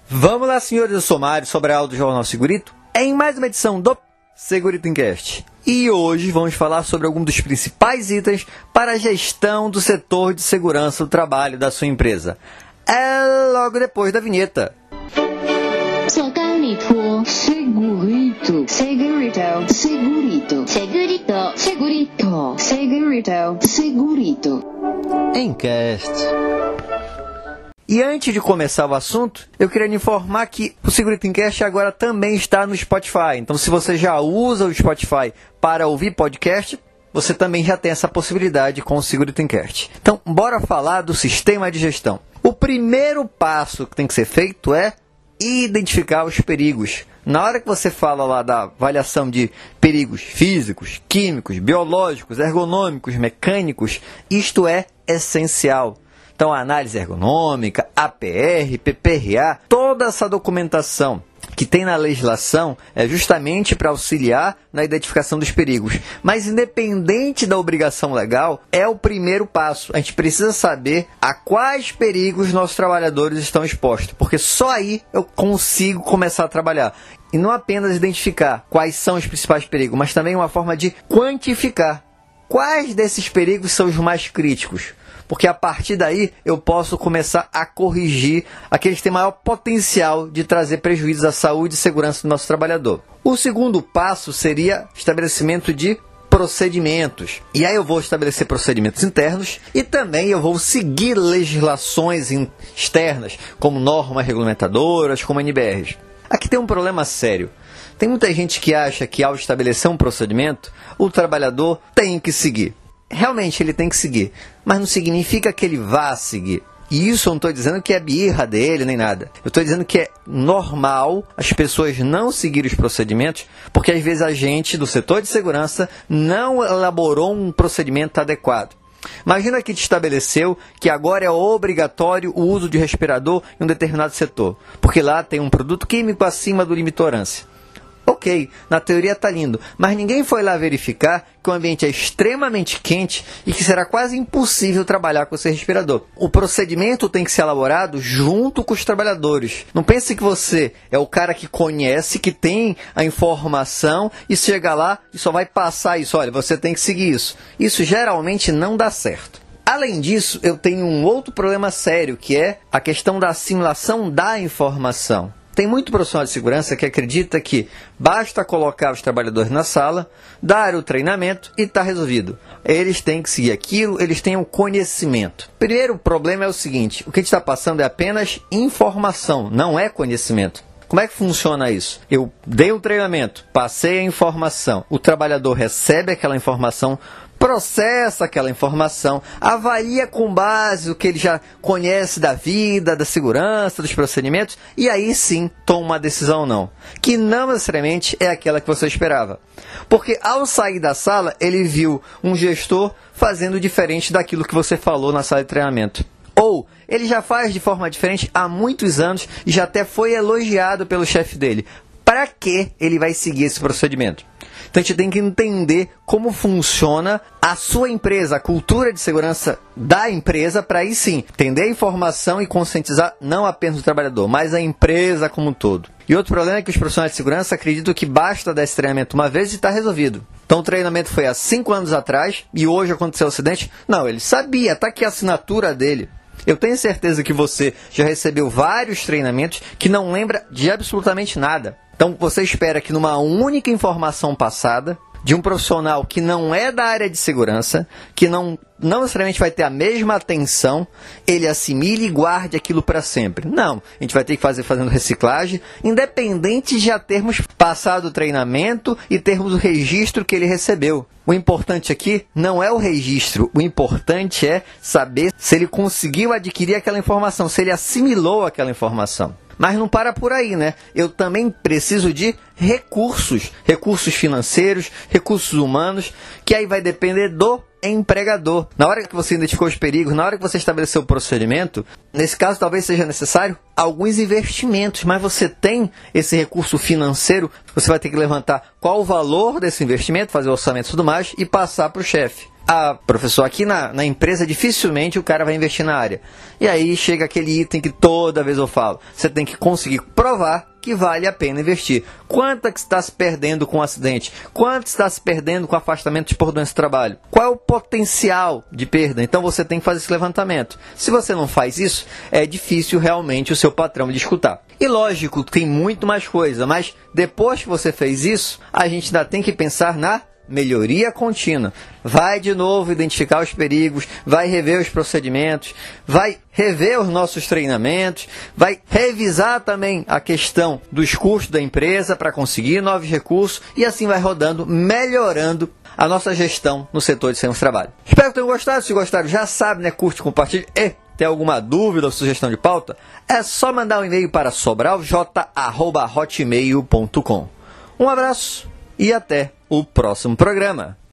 Vamos lá, senhores, eu sou Mário, Sobral do Jornal Segurito, em mais uma edição do Segurito Encast. E hoje vamos falar sobre alguns dos principais itens para a gestão do setor de segurança do trabalho da sua empresa. É logo depois da vinheta. Segurito, segurito, segurito, segurito, segurito, segurito, segurito, segurito. Encast. E antes de começar o assunto, eu queria lhe informar que o Segurito Encast agora também está no Spotify. Então, se você já usa o Spotify para ouvir podcast, você também já tem essa possibilidade com o Segurito Encast. Então, bora falar do sistema de gestão. O primeiro passo que tem que ser feito é identificar os perigos. Na hora que você fala lá da avaliação de perigos físicos, químicos, biológicos, ergonômicos, mecânicos, isto é essencial. Então, a análise ergonômica, APR, PPRA, toda essa documentação que tem na legislação é justamente para auxiliar na identificação dos perigos. Mas, independente da obrigação legal, é o primeiro passo. A gente precisa saber a quais perigos nossos trabalhadores estão expostos, porque só aí eu consigo começar a trabalhar. E não apenas identificar quais são os principais perigos, mas também uma forma de quantificar quais desses perigos são os mais críticos. Porque a partir daí eu posso começar a corrigir aqueles que têm maior potencial de trazer prejuízos à saúde e segurança do nosso trabalhador. O segundo passo seria estabelecimento de procedimentos. E aí eu vou estabelecer procedimentos internos e também eu vou seguir legislações externas, como normas regulamentadoras, como NBRs. Aqui tem um problema sério. Tem muita gente que acha que ao estabelecer um procedimento, o trabalhador tem que seguir. Realmente ele tem que seguir, mas não significa que ele vá seguir. E isso eu não estou dizendo que é birra dele nem nada. Eu estou dizendo que é normal as pessoas não seguirem os procedimentos, porque às vezes a gente do setor de segurança não elaborou um procedimento adequado. Imagina que te estabeleceu que agora é obrigatório o uso de respirador em um determinado setor, porque lá tem um produto químico acima do limite de tolerância. Ok, na teoria está lindo, mas ninguém foi lá verificar que o ambiente é extremamente quente e que será quase impossível trabalhar com esse respirador. O procedimento tem que ser elaborado junto com os trabalhadores. Não pense que você é o cara que conhece, que tem a informação e chega lá e só vai passar isso. Olha, você tem que seguir isso. Isso geralmente não dá certo. Além disso, eu tenho um outro problema sério, que é a questão da assimilação da informação. Tem muito profissional de segurança que acredita que basta colocar os trabalhadores na sala, dar o treinamento e está resolvido. Eles têm que seguir aquilo, eles têm um conhecimento. Primeiro, o problema é o seguinte, o que a gente está passando é apenas informação, não é conhecimento. Como é que funciona isso? Eu dei um treinamento, passei a informação, o trabalhador recebe aquela informação, processa aquela informação, avalia com base o que ele já conhece da vida, da segurança, dos procedimentos, e aí sim toma uma decisão ou não, que não necessariamente é aquela que você esperava. Porque ao sair da sala, ele viu um gestor fazendo diferente daquilo que você falou na sala de treinamento. Ou ele já faz de forma diferente há muitos anos e já até foi elogiado pelo chefe dele. Para que ele vai seguir esse procedimento? Então a gente tem que entender como funciona a sua empresa, a cultura de segurança da empresa, para aí sim entender a informação e conscientizar não apenas o trabalhador, mas a empresa como um todo. E outro problema é que os profissionais de segurança acreditam que basta dar esse treinamento uma vez e está resolvido. Então o treinamento foi há 5 anos atrás e hoje aconteceu o acidente. Não, ele sabia, está aqui a assinatura dele. Eu tenho certeza que você já recebeu vários treinamentos que não lembra de absolutamente nada. Então você espera que numa única informação passada, de um profissional que não é da área de segurança, que não necessariamente vai ter a mesma atenção, ele assimile e guarde aquilo para sempre. Não, a gente vai ter que fazer fazendo reciclagem, independente de já termos passado o treinamento e termos o registro que ele recebeu. O importante aqui não é o registro, o importante é saber se ele conseguiu adquirir aquela informação, se ele assimilou aquela informação. Mas não para por aí, né? Eu também preciso de recursos financeiros, recursos humanos, que aí vai depender do empregador. Na hora que você identificou os perigos, na hora que você estabeleceu o procedimento, nesse caso talvez seja necessário alguns investimentos, mas você tem esse recurso financeiro, você vai ter que levantar qual o valor desse investimento, fazer o orçamento e tudo mais, e passar para o chefe. professor, aqui na empresa dificilmente o cara vai investir na área. E aí chega aquele item que toda vez eu falo. Você tem que conseguir provar que vale a pena investir. Quanto que está se perdendo com o acidente? Quanto está se perdendo com afastamento por doença do trabalho? Qual é o potencial de perda? Então você tem que fazer esse levantamento. Se você não faz isso, é difícil realmente o seu patrão lhe escutar. E lógico, tem muito mais coisa, mas depois que você fez isso, a gente ainda tem que pensar na melhoria contínua. Vai de novo identificar os perigos, vai rever os procedimentos, vai rever os nossos treinamentos, vai revisar também a questão dos custos da empresa para conseguir novos recursos e assim vai rodando, melhorando a nossa gestão no setor de segurança do trabalho. Espero que tenham gostado. Se gostaram, já sabe, né? Curte, compartilhe e tem alguma dúvida ou sugestão de pauta? É só mandar um e-mail para sobralj@hotmail.com. Um abraço e até o próximo programa.